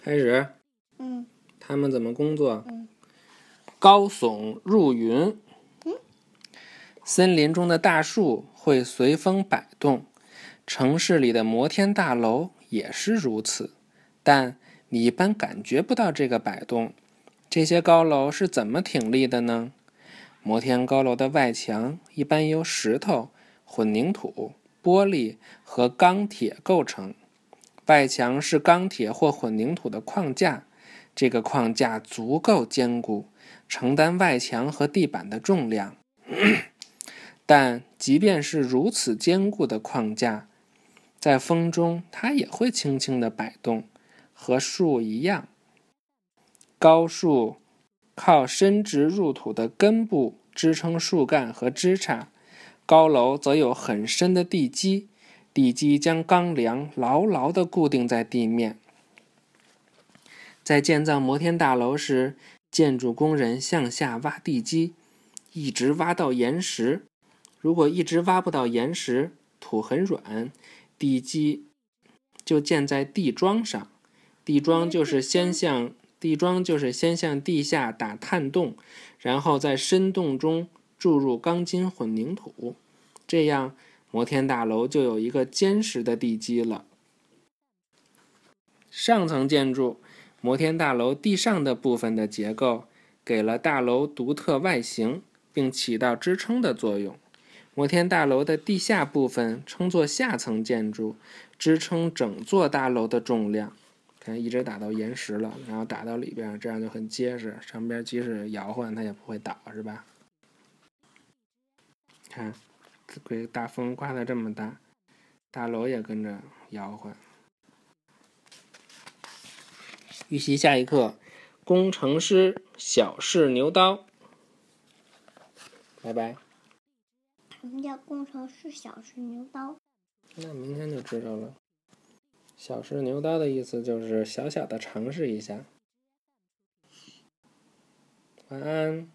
开始。他们怎么工作？高耸入云。森林中的大树会随风摆动，城市里的摩天大楼也是如此，但你一般感觉不到这个摆动。这些高楼是怎么挺立的呢？摩天高楼的外墙一般由石头、混凝土、玻璃和钢铁构成。外墙是钢铁或混凝土的框架，这个框架足够坚固，承担外墙和地板的重量。但即便是如此坚固的框架，在风中它也会轻轻地摆动，和树一样。高树靠伸直入土的根部支撑树干和枝杈，高楼则有很深的地基，地基将钢梁牢牢地固定在地面。在建造摩天大楼时，建筑工人向下挖地基，一直挖到岩石。如果一直挖不到岩石，土很软，地基就建在地桩上。地桩就是先向地下打探洞，然后在深洞中注入钢筋混凝土，这样摩天大楼就有一个坚实的地基了。上层建筑，摩天大楼地上的部分的结构给了大楼独特外形，并起到支撑的作用。摩天大楼的地下部分称作下层建筑，支撑整座大楼的重量。看，一直打到岩石了，然后打到里边，这样就很结实，上边即使摇晃它也不会倒，是吧？看，这大风刮得这么大，大楼也跟着摇晃。预习下一课，工程师小试牛刀。拜拜。 什么叫工程师小试牛刀？ 那明天就知道了。小试牛刀的意思就是小小的尝试一下。晚安。